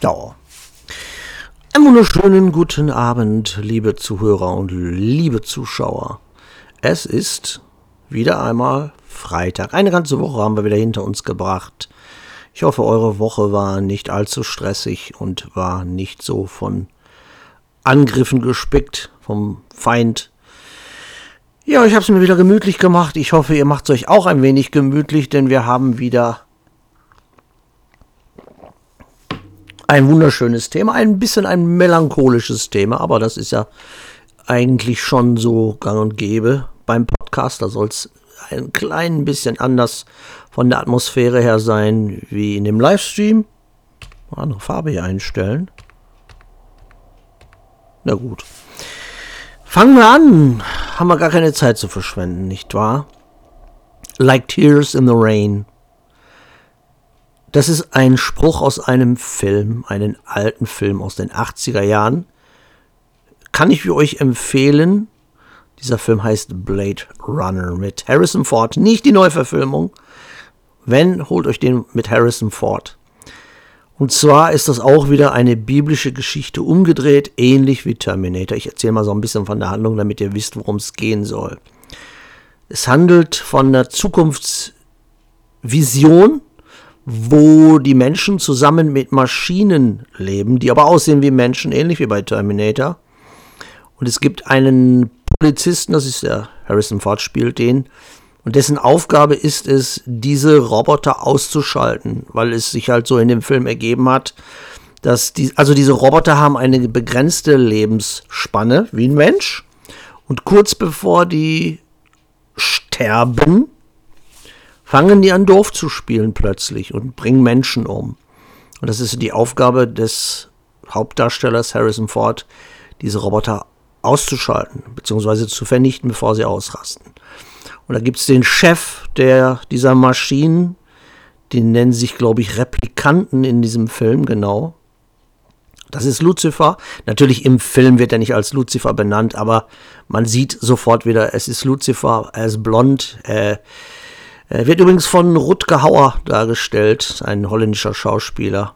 Ja. Einen wunderschönen guten Abend, liebe Zuhörer und liebe Zuschauer. Es ist wieder einmal Freitag. Eine ganze Woche haben wir wieder hinter uns gebracht. Ich hoffe, eure Woche war nicht allzu stressig und war nicht so von Angriffen gespickt vom Feind. Ja, ich habe es mir wieder gemütlich gemacht. Ich hoffe, ihr macht es euch auch ein wenig gemütlich, denn wir haben wieder ein wunderschönes Thema, ein bisschen ein melancholisches Thema, aber das ist ja eigentlich schon so gang und gäbe beim Podcast. Da soll es ein klein bisschen anders von der Atmosphäre her sein wie in dem Livestream. Mal andere Farbe hier einstellen. Na gut. Fangen wir an. Haben wir gar keine Zeit zu verschwenden, nicht wahr? Like Tears in the Rain. Das ist ein Spruch aus einem Film, einen alten Film aus den 80er Jahren. Kann ich für euch empfehlen. Dieser Film heißt Blade Runner mit Harrison Ford. Nicht die Neuverfilmung. Wenn, holt euch den mit Harrison Ford. Und zwar ist das auch wieder eine biblische Geschichte umgedreht, ähnlich wie Terminator. Ich erzähle mal so ein bisschen von der Handlung, damit ihr wisst, worum es gehen soll. Es handelt von einer Zukunftsvision, wo die Menschen zusammen mit Maschinen leben, die aber aussehen wie Menschen, ähnlich wie bei Terminator. Und es gibt einen Polizisten, das ist der Harrison Ford spielt den, und dessen Aufgabe ist es, diese Roboter auszuschalten, weil es sich halt so in dem Film ergeben hat, dass diese Roboter haben eine begrenzte Lebensspanne, wie ein Mensch. Und kurz bevor die sterben, fangen die an doof zu spielen plötzlich und bringen Menschen um. Und das ist die Aufgabe des Hauptdarstellers Harrison Ford, diese Roboter auszuschalten, beziehungsweise zu vernichten, bevor sie ausrasten. Und da gibt es den Chef dieser Maschinen, die nennen sich, glaube ich, Replikanten in diesem Film, genau. Das ist Lucifer. Natürlich im Film wird er nicht als Lucifer benannt, aber man sieht sofort wieder, es ist Lucifer, er ist blond. Er wird übrigens von Rutger Hauer dargestellt, ein holländischer Schauspieler.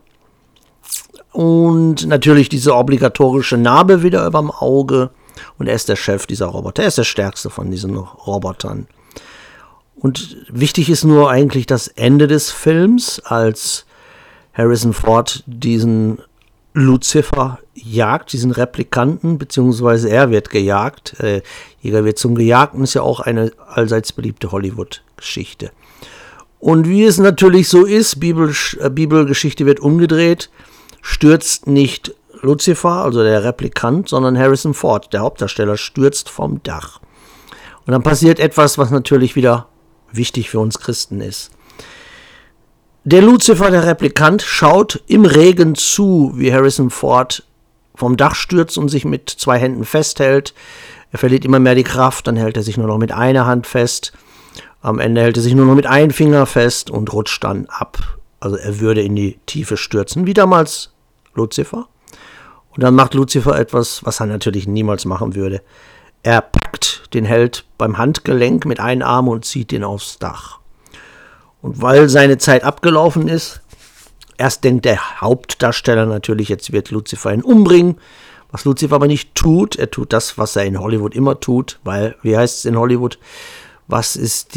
Und natürlich diese obligatorische Narbe wieder überm Auge. Und er ist der Chef dieser Roboter. Er ist der stärkste von diesen Robotern. Und wichtig ist nur eigentlich das Ende des Films, als Harrison Ford diesen Lucifer jagt, diesen Replikanten, beziehungsweise er wird gejagt. Jäger wird zum Gejagten, ist ja auch eine allseits beliebte Hollywood-Geschichte. Und wie es natürlich so ist, Bibelgeschichte wird umgedreht, stürzt nicht Lucifer, also der Replikant, sondern Harrison Ford, der Hauptdarsteller, stürzt vom Dach. Und dann passiert etwas, was natürlich wieder wichtig für uns Christen ist. Der Lucifer, der Replikant, schaut im Regen zu, wie Harrison Ford vom Dach stürzt und sich mit 2 Händen festhält. Er verliert immer mehr die Kraft, dann hält er sich nur noch mit einer Hand fest. Am Ende hält er sich nur noch mit einem Finger fest und rutscht dann ab. Also er würde in die Tiefe stürzen, wie damals Lucifer. Und dann macht Lucifer etwas, was er natürlich niemals machen würde. Er packt den Held beim Handgelenk mit einem Arm und zieht ihn aufs Dach. Und weil seine Zeit abgelaufen ist, erst denkt der Hauptdarsteller natürlich, jetzt wird Lucifer ihn umbringen. Was Lucifer aber nicht tut, er tut das, was er in Hollywood immer tut, weil, wie heißt es in Hollywood, was ist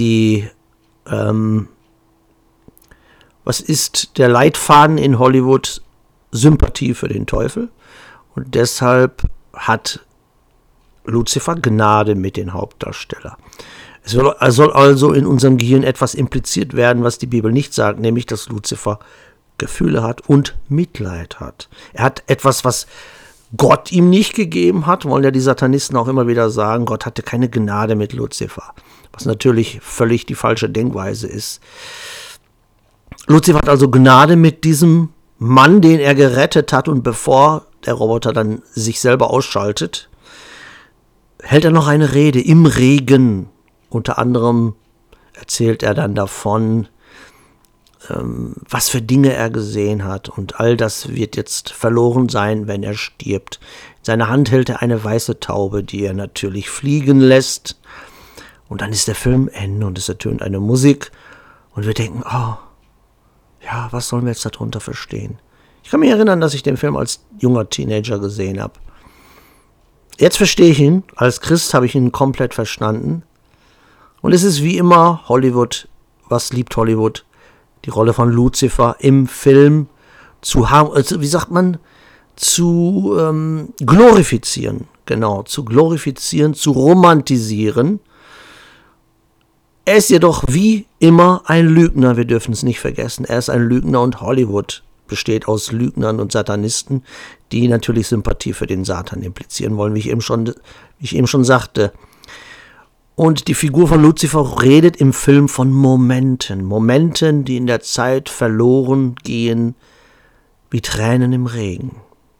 der Leitfaden in Hollywood? Sympathie für den Teufel. Und deshalb hat Lucifer Gnade mit dem Hauptdarsteller. Es soll also in unserem Gehirn etwas impliziert werden, was die Bibel nicht sagt, nämlich, dass Lucifer Gefühle hat und Mitleid hat. Er hat etwas, was Gott ihm nicht gegeben hat, wollen ja die Satanisten auch immer wieder sagen, Gott hatte keine Gnade mit Lucifer, was natürlich völlig die falsche Denkweise ist. Lucifer hat also Gnade mit diesem Mann, den er gerettet hat, und bevor der Roboter dann sich selber ausschaltet, hält er noch eine Rede im Regen. Unter anderem erzählt er dann davon, was für Dinge er gesehen hat. Und all das wird jetzt verloren sein, wenn er stirbt. In seiner Hand hält er eine weiße Taube, die er natürlich fliegen lässt. Und dann ist der Film Ende und es ertönt eine Musik. Und wir denken, oh, ja, was sollen wir jetzt darunter verstehen? Ich kann mich erinnern, dass ich den Film als junger Teenager gesehen habe. Jetzt verstehe ich ihn. Als Christ habe ich ihn komplett verstanden. Und es ist wie immer Hollywood. Was liebt Hollywood? Die Rolle von Lucifer im Film zu glorifizieren. Genau, zu glorifizieren, zu romantisieren. Er ist jedoch wie immer ein Lügner. Wir dürfen es nicht vergessen. Er ist ein Lügner und Hollywood besteht aus Lügnern und Satanisten, die natürlich Sympathie für den Satan implizieren wollen, wie ich eben schon sagte. Und die Figur von Lucifer redet im Film von Momenten, die in der Zeit verloren gehen, wie Tränen im Regen.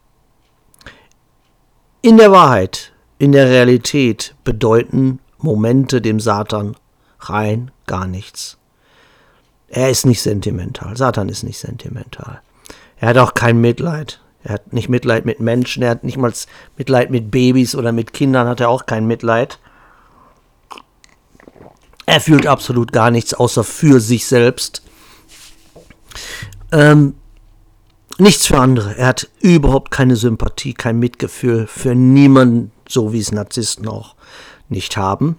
In der Wahrheit, in der Realität bedeuten Momente dem Satan rein gar nichts. Er ist nicht sentimental. Satan ist nicht sentimental. Er hat auch kein Mitleid. Er hat nicht Mitleid mit Menschen. Er hat nicht mal Mitleid mit Babys oder mit Kindern. Hat er auch kein Mitleid. Er fühlt absolut gar nichts, außer für sich selbst. Nichts für andere. Er hat überhaupt keine Sympathie, kein Mitgefühl für niemanden, so wie es Narzissten auch nicht haben.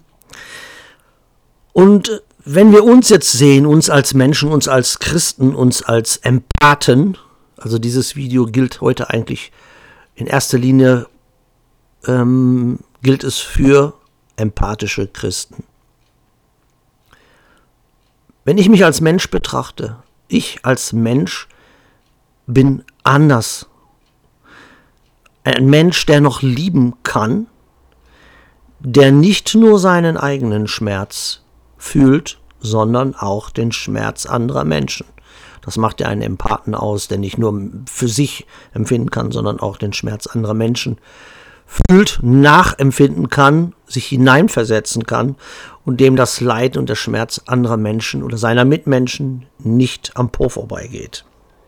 Und wenn wir uns jetzt sehen, uns als Menschen, uns als Christen, uns als Empathen, also dieses Video gilt heute eigentlich in erster Linie, gilt es für empathische Christen. Wenn ich mich als Mensch betrachte, ich als Mensch bin anders. Ein Mensch, der noch lieben kann, der nicht nur seinen eigenen Schmerz fühlt, sondern auch den Schmerz anderer Menschen. Das macht ja einen Empathen aus, der nicht nur für sich empfinden kann, sondern auch den Schmerz anderer Menschen fühlt, nachempfinden kann, sich hineinversetzen kann und dem das Leid und der Schmerz anderer Menschen oder seiner Mitmenschen nicht am Po vorbeigeht.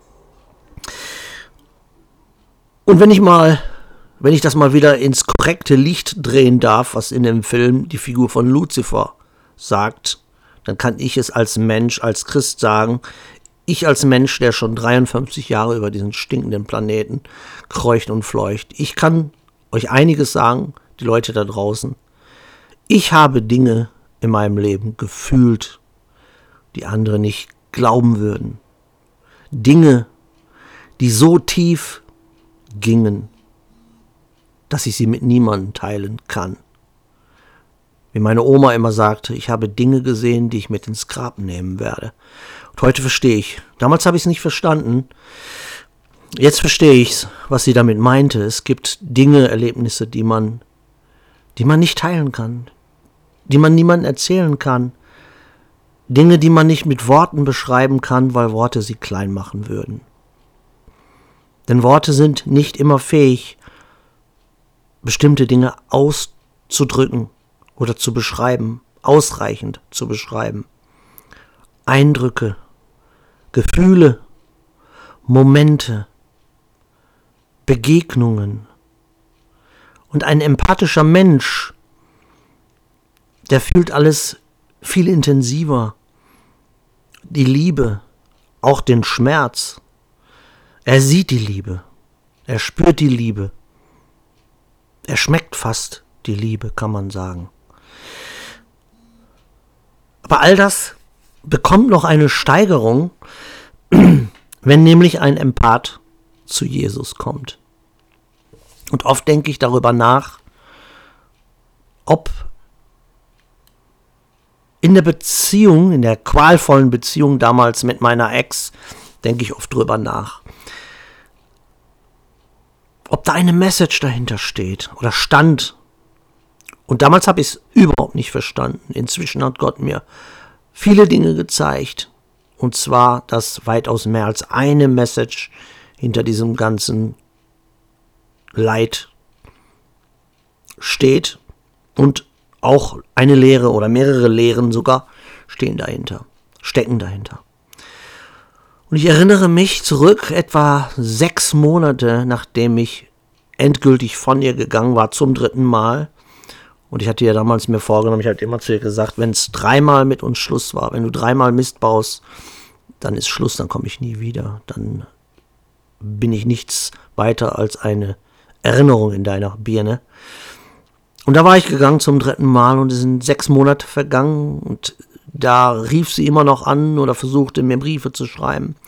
Und wenn ich das mal wieder ins korrekte Licht drehen darf, was in dem Film die Figur von Lucifer sagt, dann kann ich es als Mensch, als Christ sagen, ich als Mensch, der schon 53 Jahre über diesen stinkenden Planeten kreucht und fleucht, ich kann euch einiges sagen, die Leute da draußen. Ich habe Dinge in meinem Leben gefühlt, die andere nicht glauben würden. Dinge, die so tief gingen, dass ich sie mit niemandem teilen kann. Wie meine Oma immer sagte, ich habe Dinge gesehen, die ich mit ins Grab nehmen werde. Und heute verstehe ich. Damals habe ich es nicht verstanden. Jetzt verstehe ich es, was sie damit meinte. Es gibt Dinge, Erlebnisse, die man nicht teilen kann, die man niemandem erzählen kann. Dinge, die man nicht mit Worten beschreiben kann, weil Worte sie klein machen würden. Denn Worte sind nicht immer fähig, bestimmte Dinge auszudrücken oder zu beschreiben, ausreichend zu beschreiben. Eindrücke, Gefühle, Momente, Begegnungen. Und ein empathischer Mensch, der fühlt alles viel intensiver. Die Liebe, auch den Schmerz. Er sieht die Liebe, er spürt die Liebe. Er schmeckt fast die Liebe, kann man sagen. Aber all das bekommt noch eine Steigerung, wenn nämlich ein Empath zu Jesus kommt. Und oft denke ich darüber nach, ob in der Beziehung, in der qualvollen Beziehung damals mit meiner Ex, denke ich oft drüber nach, ob da eine Message dahinter steht oder stand. Und damals habe ich es überhaupt nicht verstanden. Inzwischen hat Gott mir viele Dinge gezeigt. Und zwar, dass weitaus mehr als eine Message hinter diesem ganzen Leid steht. Und auch eine Lehre oder mehrere Lehren sogar stecken dahinter. Und ich erinnere mich zurück, etwa 6 Monate, nachdem ich endgültig von ihr gegangen war, zum 3. Mal. Und ich hatte ja damals mir vorgenommen, ich hatte immer zu ihr gesagt, wenn es 3-mal mit uns Schluss war, wenn du 3-mal Mist baust, dann ist Schluss, dann komme ich nie wieder. Dann bin ich nichts weiter als eine Erinnerung in deiner Birne. Und da war ich gegangen zum 3. Mal und es sind 6 Monate vergangen und da rief sie immer noch an oder versuchte mir Briefe zu schreiben.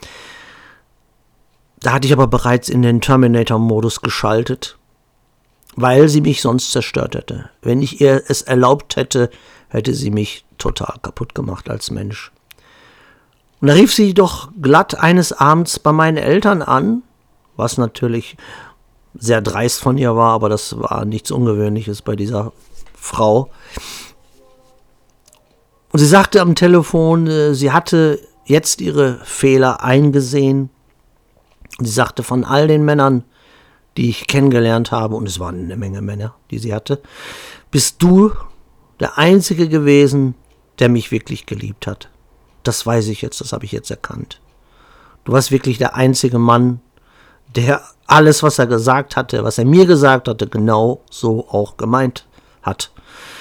Da hatte ich aber bereits in den Terminator-Modus geschaltet, weil sie mich sonst zerstört hätte. Wenn ich ihr es erlaubt hätte, hätte sie mich total kaputt gemacht als Mensch. Und da rief sie doch glatt eines Abends bei meinen Eltern an, was natürlich sehr dreist von ihr war, aber das war nichts Ungewöhnliches bei dieser Frau. Und sie sagte am Telefon, sie hatte jetzt ihre Fehler eingesehen. Sie sagte, von all den Männern, die ich kennengelernt habe, und es waren eine Menge Männer, die sie hatte, bist du der Einzige gewesen, der mich wirklich geliebt hat. Das weiß ich jetzt, das habe ich jetzt erkannt. Du warst wirklich der einzige Mann, der alles, was er gesagt hatte, was er mir gesagt hatte, genau so auch gemeint hat.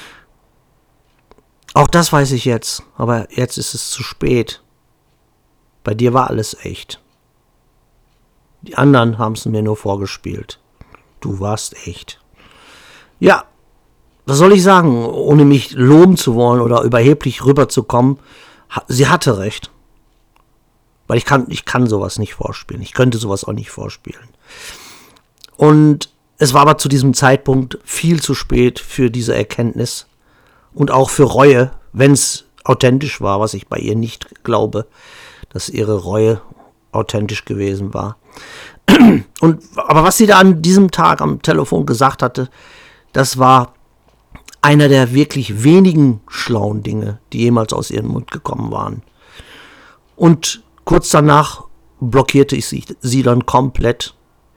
Auch das weiß ich jetzt, aber jetzt ist es zu spät. Bei dir war alles echt. Die anderen haben es mir nur vorgespielt. Du warst echt. Ja, was soll ich sagen, ohne mich loben zu wollen oder überheblich rüberzukommen? Sie hatte recht. Weil ich kann sowas nicht vorspielen. Ich könnte sowas auch nicht vorspielen. Und es war aber zu diesem Zeitpunkt viel zu spät für diese Erkenntnis und auch für Reue, wenn es authentisch war, was ich bei ihr nicht glaube, dass ihre Reue authentisch gewesen war. Aber was sie da an diesem Tag am Telefon gesagt hatte, das war einer der wirklich wenigen schlauen Dinge, die jemals aus ihrem Mund gekommen waren. Und kurz danach blockierte ich sie dann komplett,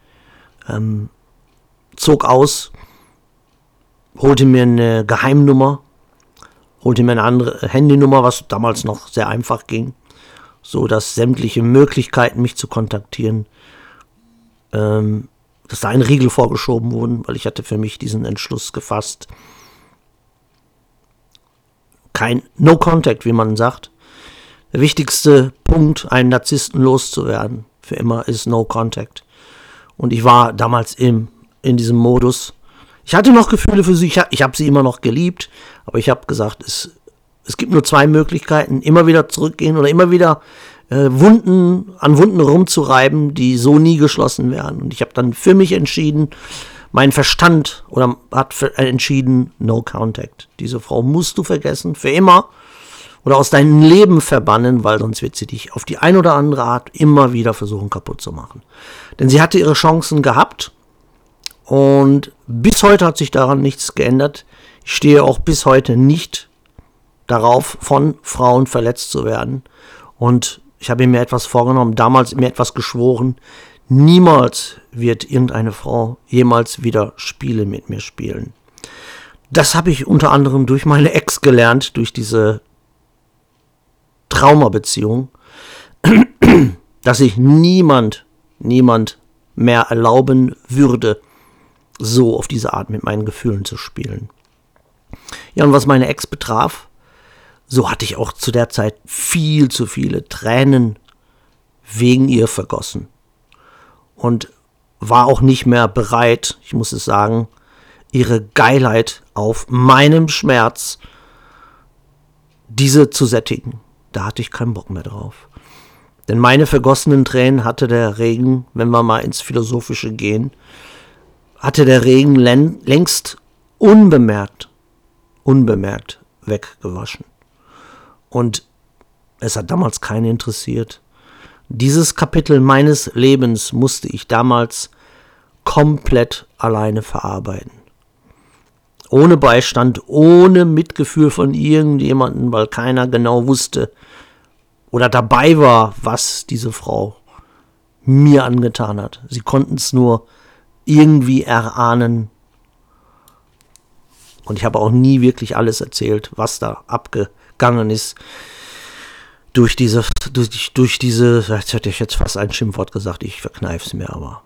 zog aus, holte mir eine Geheimnummer, holte mir eine andere Handynummer, was damals noch sehr einfach ging, so dass sämtliche Möglichkeiten, mich zu kontaktieren, dass da ein Riegel vorgeschoben wurden, weil ich hatte für mich diesen Entschluss gefasst. Kein No Contact, wie man sagt. Der wichtigste Punkt, einen Narzissten loszuwerden, für immer, ist No Contact. Und ich war damals in diesem Modus. Ich hatte noch Gefühle für sie, ich habe sie immer noch geliebt, aber ich habe gesagt, es gibt nur 2 Möglichkeiten, immer wieder zurückgehen oder immer wieder an Wunden rumzureiben, die so nie geschlossen werden. Und ich habe dann für mich entschieden, mein Verstand hat entschieden, No Contact. Diese Frau musst du vergessen, für immer, oder aus deinem Leben verbannen, weil sonst wird sie dich auf die ein oder andere Art immer wieder versuchen kaputt zu machen. Denn sie hatte ihre Chancen gehabt und bis heute hat sich daran nichts geändert. Ich stehe auch bis heute nicht darauf, von Frauen verletzt zu werden. Und ich habe mir etwas vorgenommen, damals mir etwas geschworen, niemals wird irgendeine Frau jemals wieder Spiele mit mir spielen. Das habe ich unter anderem durch meine Ex gelernt, durch diese Traumabeziehung, dass ich niemand mehr erlauben würde, so auf diese Art mit meinen Gefühlen zu spielen. Ja, und was meine Ex betraf, so hatte ich auch zu der Zeit viel zu viele Tränen wegen ihr vergossen. Und war auch nicht mehr bereit, ich muss es sagen, ihre Geilheit auf meinem Schmerz, diese zu sättigen. Da hatte ich keinen Bock mehr drauf. Denn meine vergossenen Tränen hatte der Regen, wenn wir mal ins Philosophische gehen, hatte der Regen längst unbemerkt weggewaschen. Und es hat damals keinen interessiert. Dieses Kapitel meines Lebens musste ich damals komplett alleine verarbeiten. Ohne Beistand, ohne Mitgefühl von irgendjemandem, weil keiner genau wusste oder dabei war, was diese Frau mir angetan hat. Sie konnten es nur irgendwie erahnen. Und ich habe auch nie wirklich alles erzählt, was da abgegangen ist. Durch diese, jetzt hätte ich jetzt fast ein Schimpfwort gesagt, ich verkneife es mir aber.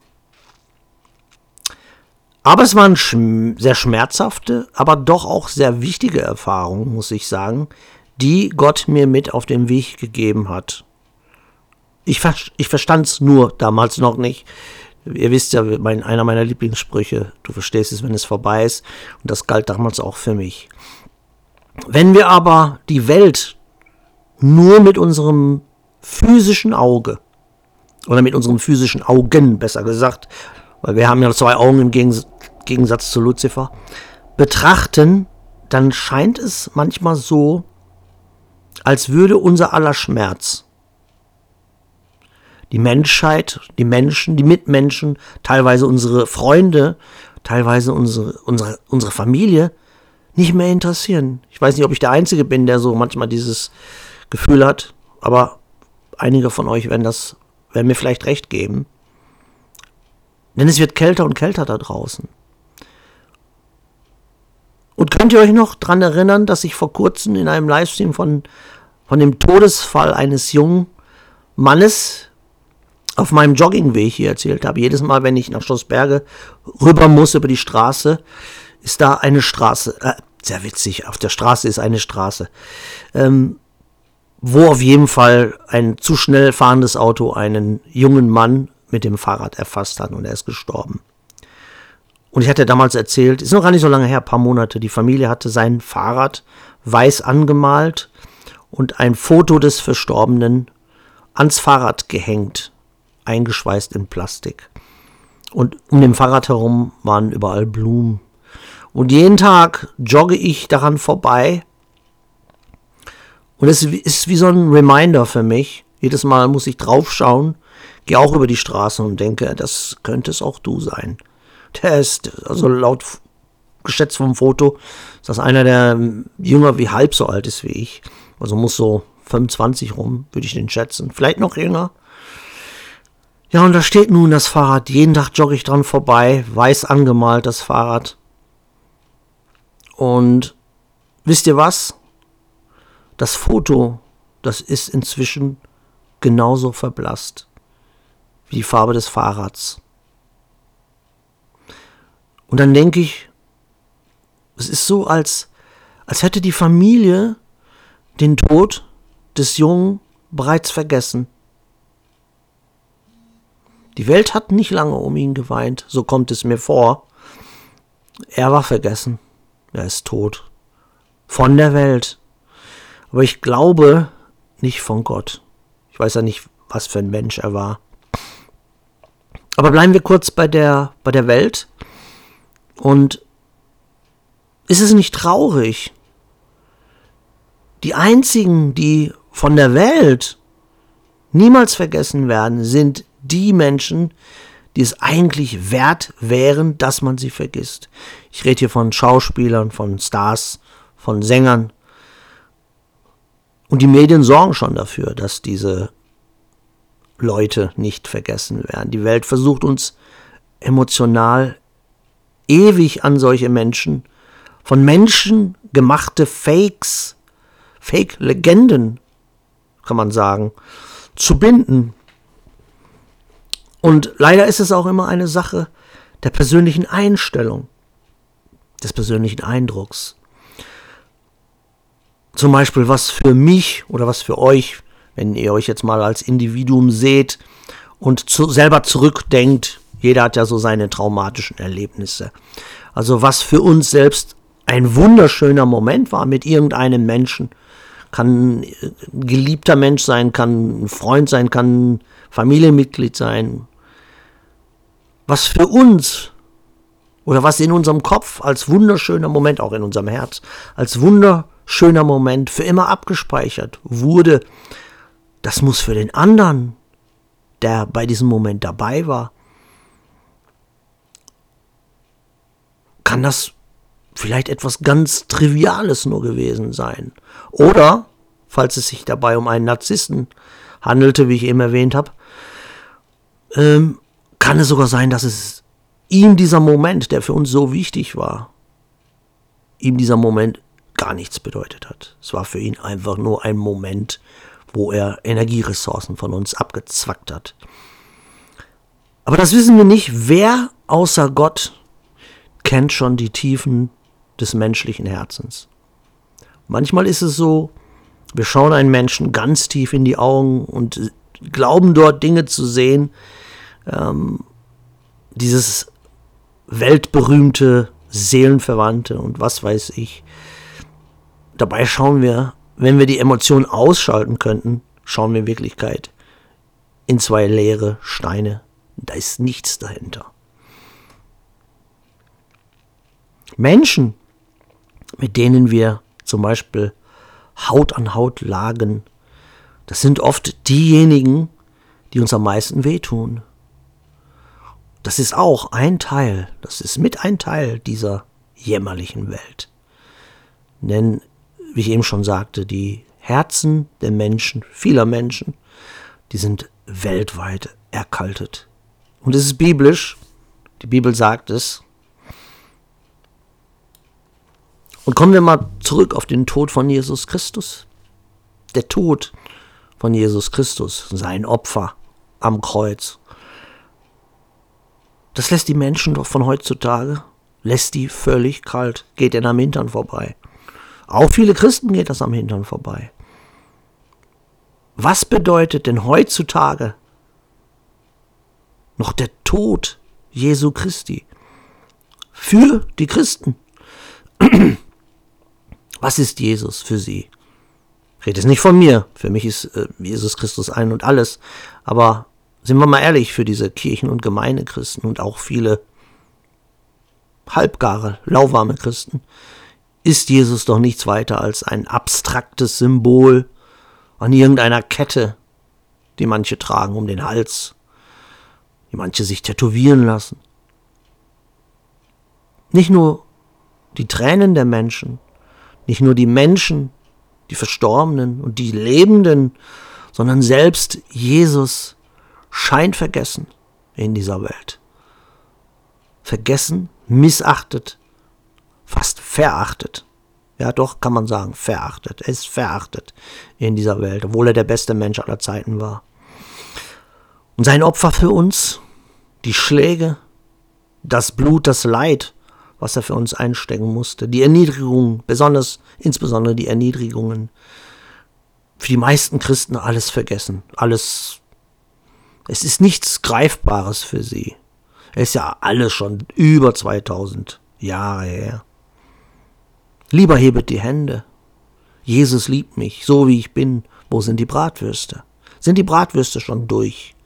Aber es waren sehr schmerzhafte, aber doch auch sehr wichtige Erfahrungen, muss ich sagen, die Gott mir mit auf den Weg gegeben hat. Ich verstand es nur damals noch nicht. Ihr wisst ja, einer meiner Lieblingssprüche, du verstehst es, wenn es vorbei ist. Und das galt damals auch für mich. Wenn wir aber die Welt nur mit unserem physischen Auge, oder mit unseren physischen Augen, besser gesagt, weil wir haben ja 2 Augen im Gegensatz zu Luzifer, betrachten, dann scheint es manchmal so, als würde unser aller Schmerz, die Menschheit, die Menschen, die Mitmenschen, teilweise unsere Freunde, teilweise unsere Familie, nicht mehr interessieren. Ich weiß nicht, ob ich der Einzige bin, der so manchmal dieses Gefühl hat, aber einige von euch werden mir vielleicht recht geben. Denn es wird kälter und kälter da draußen. Und könnt ihr euch noch daran erinnern, dass ich vor kurzem in einem Livestream von dem Todesfall eines jungen Mannes auf meinem Joggingweg hier erzählt habe? Jedes Mal, wenn ich nach Schlossberge rüber muss über die Straße, ist da eine Straße, sehr witzig, auf der Straße ist eine Straße, wo auf jeden Fall ein zu schnell fahrendes Auto einen jungen Mann mit dem Fahrrad erfasst hat und er ist gestorben. Und ich hatte damals erzählt, ist noch gar nicht so lange her, ein paar Monate, die Familie hatte sein Fahrrad weiß angemalt und ein Foto des Verstorbenen ans Fahrrad gehängt, eingeschweißt in Plastik. Und um dem Fahrrad herum waren überall Blumen. Und jeden Tag jogge ich daran vorbei. Und es ist wie so ein Reminder für mich. Jedes Mal muss ich draufschauen, gehe auch über die Straße und denke, das könnte es auch du sein. Der ist, also laut geschätzt vom Foto, ist das einer, der jünger wie halb so alt ist wie ich. Also muss so 25 rum, würde ich den schätzen. Vielleicht noch jünger. Ja, und da steht nun das Fahrrad. Jeden Tag jogge ich dran vorbei. Weiß angemalt, das Fahrrad. Und wisst ihr was? Das Foto, das ist inzwischen genauso verblasst wie die Farbe des Fahrrads. Und dann denke ich, es ist so, als hätte die Familie den Tod des Jungen bereits vergessen. Die Welt hat nicht lange um ihn geweint, so kommt es mir vor. Er war vergessen, er ist tot. Von der Welt. Aber ich glaube nicht von Gott. Ich weiß ja nicht, was für ein Mensch er war. Aber bleiben wir kurz bei der Welt. Und ist es nicht traurig? Die einzigen, die von der Welt niemals vergessen werden, sind die Menschen, die es eigentlich wert wären, dass man sie vergisst. Ich rede hier von Schauspielern, von Stars, von Sängern. Und die Medien sorgen schon dafür, dass diese Leute nicht vergessen werden. Die Welt versucht uns emotional ewig an solche Menschen, von Menschen gemachte Fakes, Fake-Legenden, kann man sagen, zu binden. Und leider ist es auch immer eine Sache der persönlichen Einstellung, des persönlichen Eindrucks. Zum Beispiel, was für mich oder was für euch, wenn ihr euch jetzt mal als Individuum seht und selber zurückdenkt, jeder hat ja so seine traumatischen Erlebnisse. Also was für uns selbst ein wunderschöner Moment war mit irgendeinem Menschen, kann ein geliebter Mensch sein, kann ein Freund sein, kann ein Familienmitglied sein. Was für uns oder was in unserem Kopf als wunderschöner Moment, auch in unserem Herz, als wunderschöner Moment für immer abgespeichert wurde, das muss für den anderen, der bei diesem Moment dabei war, kann das vielleicht etwas ganz Triviales nur gewesen sein. Oder, falls es sich dabei um einen Narzissten handelte, wie ich eben erwähnt habe, kann es sogar sein, dass es ihm dieser Moment, der für uns so wichtig war, ihm dieser Moment gar nichts bedeutet hat. Es war für ihn einfach nur ein Moment, wo er Energieressourcen von uns abgezwackt hat. Aber das wissen wir nicht. Wer außer Gott kennt schon die Tiefen des menschlichen Herzens? Manchmal ist es so, wir schauen einen Menschen ganz tief in die Augen und glauben dort Dinge zu sehen. Dieses weltberühmte Seelenverwandte und was weiß ich. Dabei schauen wir, wenn wir die Emotionen ausschalten könnten, schauen wir in Wirklichkeit in zwei leere Steine. Da ist nichts dahinter. Menschen, mit denen wir zum Beispiel Haut an Haut lagen, das sind oft diejenigen, die uns am meisten wehtun. Das ist auch ein Teil, das ist mit ein Teil dieser jämmerlichen Welt. Denn, wie ich eben schon sagte, die Herzen der Menschen, vieler Menschen, die sind weltweit erkaltet. Und es ist biblisch, die Bibel sagt es. Und kommen wir mal zurück auf den Tod von Jesus Christus. Der Tod von Jesus Christus, sein Opfer am Kreuz. Das lässt die Menschen doch von heutzutage, lässt die völlig kalt, geht ihnen am Hintern vorbei. Auch viele Christen geht das am Hintern vorbei. Was bedeutet denn heutzutage noch der Tod Jesu Christi für die Christen? Was ist Jesus für sie? Ich rede jetzt nicht von mir, für mich ist Jesus Christus ein und alles, aber sind wir mal ehrlich, für diese Kirchen- und Gemeindechristen und auch viele halbgare, lauwarme Christen, ist Jesus doch nichts weiter als ein abstraktes Symbol an irgendeiner Kette, die manche tragen um den Hals, die manche sich tätowieren lassen. Nicht nur die Tränen der Menschen, nicht nur die Menschen, die Verstorbenen und die Lebenden, sondern selbst Jesus scheint vergessen in dieser Welt. Vergessen, missachtet, fast verachtet. Ja, doch, kann man sagen, verachtet. Er ist verachtet in dieser Welt, obwohl er der beste Mensch aller Zeiten war. Und sein Opfer für uns, die Schläge, das Blut, das Leid, was er für uns einstecken musste, die Erniedrigungen, insbesondere die Erniedrigungen, für die meisten Christen alles vergessen, alles. Es ist nichts Greifbares für sie. Es ist ja alles schon über 2000 Jahre her. Lieber hebet die Hände. Jesus liebt mich, so wie ich bin. Wo sind die Bratwürste? Sind die Bratwürste schon durch?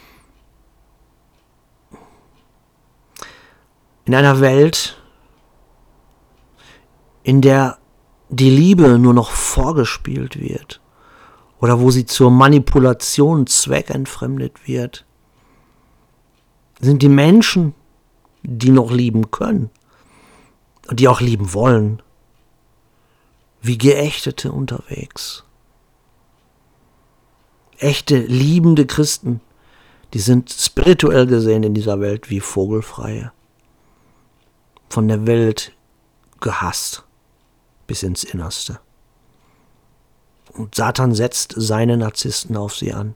In einer Welt, in der die Liebe nur noch vorgespielt wird, oder wo sie zur Manipulation zweckentfremdet wird, sind die Menschen, die noch lieben können und die auch lieben wollen, wie Geächtete unterwegs. Echte, liebende Christen, die sind spirituell gesehen in dieser Welt wie Vogelfreie. Von der Welt gehasst bis ins Innerste. Und Satan setzt seine Narzissten auf sie an.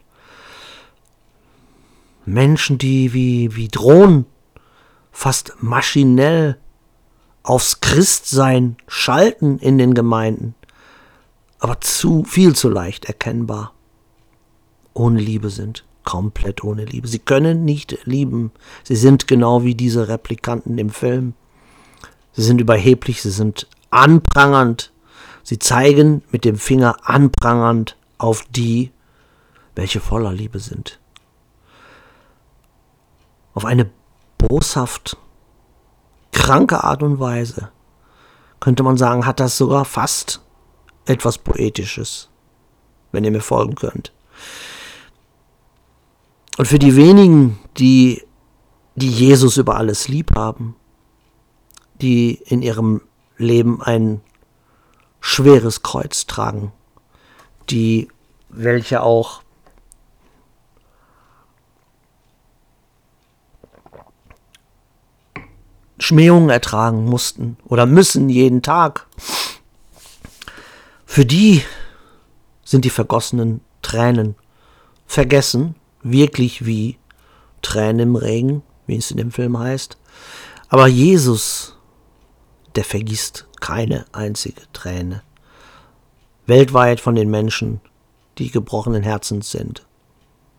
Menschen, die wie Drohnen fast maschinell aufs Christsein schalten in den Gemeinden, aber viel zu leicht erkennbar ohne Liebe sind, komplett ohne Liebe. Sie können nicht lieben. Sie sind genau wie diese Replikanten im Film. Sie sind überheblich, sie sind anprangernd. Sie zeigen mit dem Finger anprangernd auf die, welche voller Liebe sind. Auf eine boshaft kranke Art und Weise, könnte man sagen, hat das sogar fast etwas Poetisches, wenn ihr mir folgen könnt. Und für die wenigen, die Jesus über alles lieb haben, die in ihrem Leben ein schweres Kreuz tragen, welche auch Schmähungen ertragen mussten oder müssen jeden Tag. Für die sind die vergossenen Tränen vergessen, wirklich wie Tränen im Regen, wie es in dem Film heißt. Aber Jesus, der vergisst keine einzige Träne. Weltweit von den Menschen, die gebrochenen Herzens sind.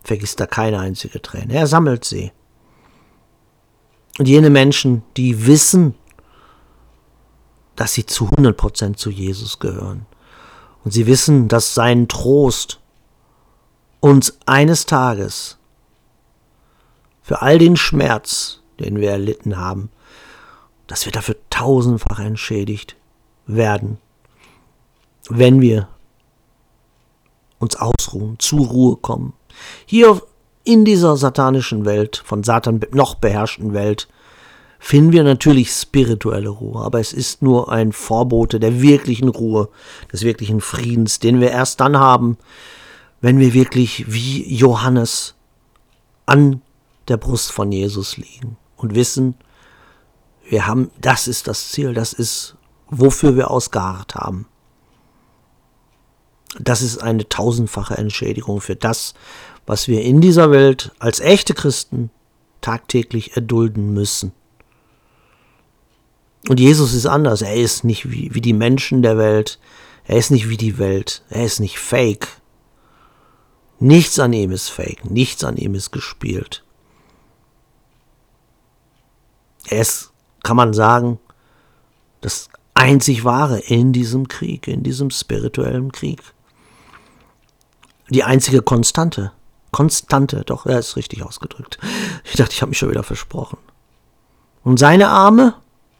vergisst er keine einzige Träne. Er sammelt sie. Und jene Menschen, die wissen, dass sie zu 100% zu Jesus gehören. Und sie wissen, dass sein Trost uns eines Tages für all den Schmerz, den wir erlitten haben, dass wir dafür tausendfach entschädigt werden, wenn wir uns ausruhen, zur Ruhe kommen. Hier in dieser satanischen Welt, von Satan noch beherrschten Welt, finden wir natürlich spirituelle Ruhe, aber es ist nur ein Vorbote der wirklichen Ruhe, des wirklichen Friedens, den wir erst dann haben, wenn wir wirklich wie Johannes an der Brust von Jesus liegen und wissen, das ist das Ziel, das ist, wofür wir ausgeharrt haben. Das ist eine tausendfache Entschädigung für das, was wir in dieser Welt als echte Christen tagtäglich erdulden müssen. Und Jesus ist anders. Er ist nicht wie die Menschen der Welt. Er ist nicht wie die Welt. Er ist nicht fake. Nichts an ihm ist fake. Nichts an ihm ist gespielt. Er ist, kann man sagen, das einzig Wahre in diesem Krieg, in diesem spirituellen Krieg. Die einzige Konstante. Doch, er ist richtig ausgedrückt. Ich dachte, ich habe mich schon wieder versprochen. Und seine Arme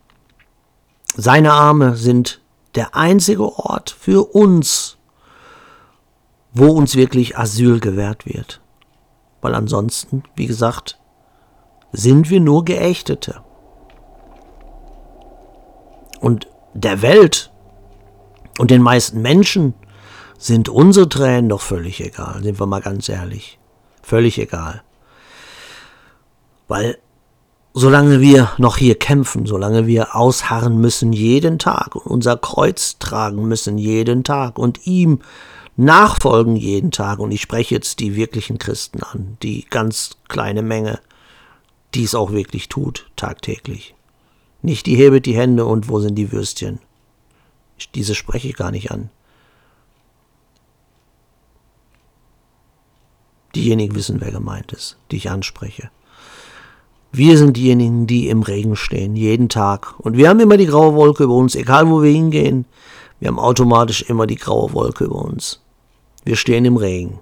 sind der einzige Ort für uns, wo uns wirklich Asyl gewährt wird. Weil ansonsten, wie gesagt, sind wir nur Geächtete. Und der Welt und den meisten Menschen sind unsere Tränen doch völlig egal, sind wir mal ganz ehrlich. Völlig egal. Weil solange wir noch hier kämpfen, solange wir ausharren müssen jeden Tag und unser Kreuz tragen müssen jeden Tag und ihm nachfolgen jeden Tag, und ich spreche jetzt die wirklichen Christen an, die ganz kleine Menge, die es auch wirklich tut, tagtäglich. Nicht die hebet die Hände und wo sind die Würstchen. Diese spreche ich gar nicht an. Diejenigen wissen, wer gemeint ist, die ich anspreche. Wir sind diejenigen, die im Regen stehen, jeden Tag. Und wir haben immer die graue Wolke über uns, egal wo wir hingehen. Wir haben automatisch immer die graue Wolke über uns. Wir stehen im Regen.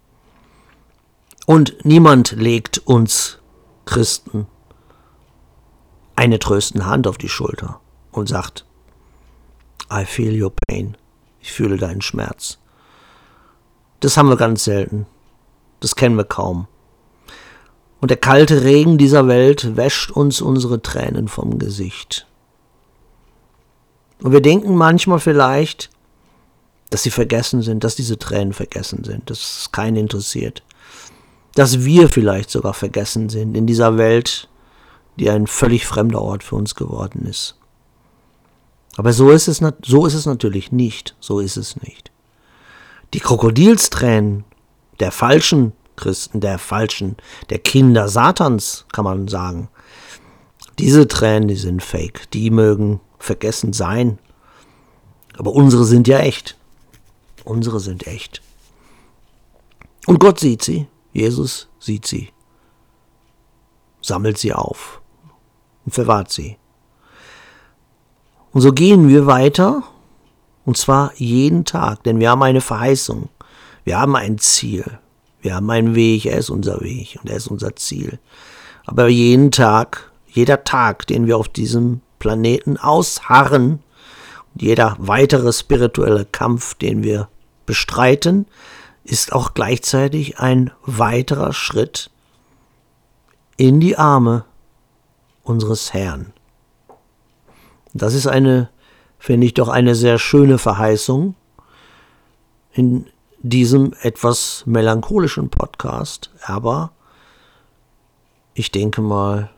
Und niemand legt uns Christen eine tröstende Hand auf die Schulter und sagt, I feel your pain. Ich fühle deinen Schmerz. Das haben wir ganz selten. Das kennen wir kaum. Und der kalte Regen dieser Welt wäscht uns unsere Tränen vom Gesicht. Und wir denken manchmal vielleicht, dass sie vergessen sind, dass diese Tränen vergessen sind, dass es keinen interessiert. Dass wir vielleicht sogar vergessen sind in dieser Welt, die ein völlig fremder Ort für uns geworden ist. Aber so ist es natürlich nicht. So ist es nicht. Die Krokodilstränen der falschen Christen, der Kinder Satans, kann man sagen. Diese Tränen, die sind fake. Die mögen vergessen sein. Aber unsere sind ja echt. Unsere sind echt. Und Gott sieht sie. Jesus sieht sie. Sammelt sie auf. Und verwahrt sie. Und so gehen wir weiter. Und zwar jeden Tag. Denn wir haben eine Verheißung. Wir haben ein Ziel. Wir haben einen Weg. Er ist unser Weg. Und er ist unser Ziel. Aber jeder Tag, den wir auf diesem Planeten ausharren, jeder weitere spirituelle Kampf, den wir bestreiten, ist auch gleichzeitig ein weiterer Schritt in die Arme unseres Herrn. Das ist finde ich doch eine sehr schöne Verheißung in diesem etwas melancholischen Podcast, aber ich denke mal,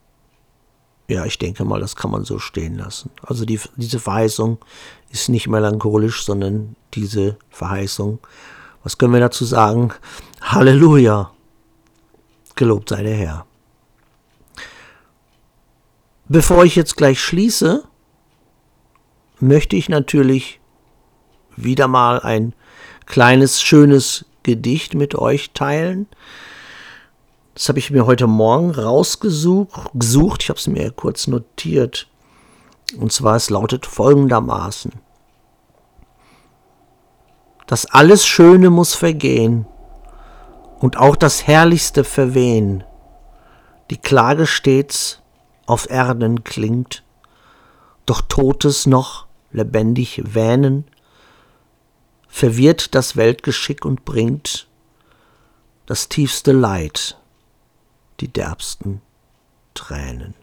das kann man so stehen lassen. Also diese Verheißung ist nicht melancholisch, sondern diese Verheißung, was können wir dazu sagen? Halleluja! Gelobt sei der Herr. Bevor ich jetzt gleich schließe, möchte ich natürlich wieder mal ein kleines, schönes Gedicht mit euch teilen. Das habe ich mir heute Morgen rausgesucht. Ich habe es mir kurz notiert. Und zwar, es lautet folgendermaßen. Das alles Schöne muss vergehen und auch das Herrlichste verwehen. Die Klage stets auf Erden klingt, doch Totes noch lebendig wähnen, verwirrt das Weltgeschick und bringt das tiefste Leid, die derbsten Tränen.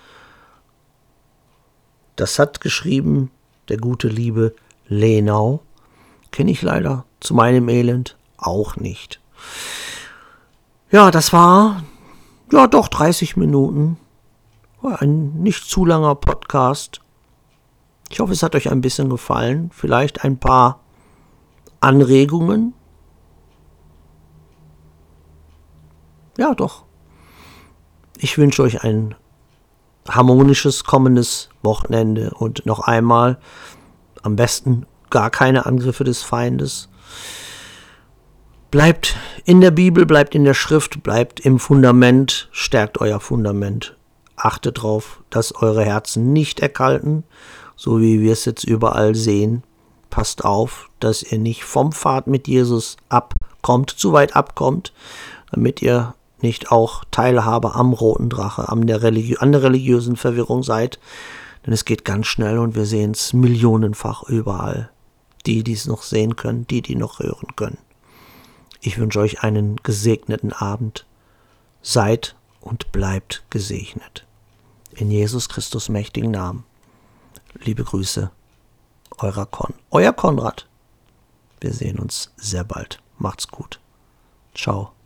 Das hat geschrieben der gute liebe Lenau. Kenne ich leider zu meinem Elend auch nicht. Ja, das war doch 30 Minuten. War ein nicht zu langer Podcast. Ich hoffe, es hat euch ein bisschen gefallen. Vielleicht ein paar Anregungen. Ja, doch. Ich wünsche euch ein harmonisches kommendes Wochenende und noch einmal am besten gar keine Angriffe des Feindes. Bleibt in der Bibel, bleibt in der Schrift, bleibt im Fundament, stärkt euer Fundament. Achtet darauf, dass eure Herzen nicht erkalten, so wie wir es jetzt überall sehen. Passt auf, dass ihr nicht vom Pfad mit Jesus abkommt, zu weit abkommt, damit ihr nicht auch Teilhabe am roten Drache, an der religiösen Verwirrung seid. Denn es geht ganz schnell und wir sehen es millionenfach überall. Die es noch sehen können, die noch hören können. Ich wünsche euch einen gesegneten Abend. Seid und bleibt gesegnet. In Jesus Christus mächtigen Namen. Liebe Grüße, euer Konrad. Wir sehen uns sehr bald. Macht's gut. Ciao.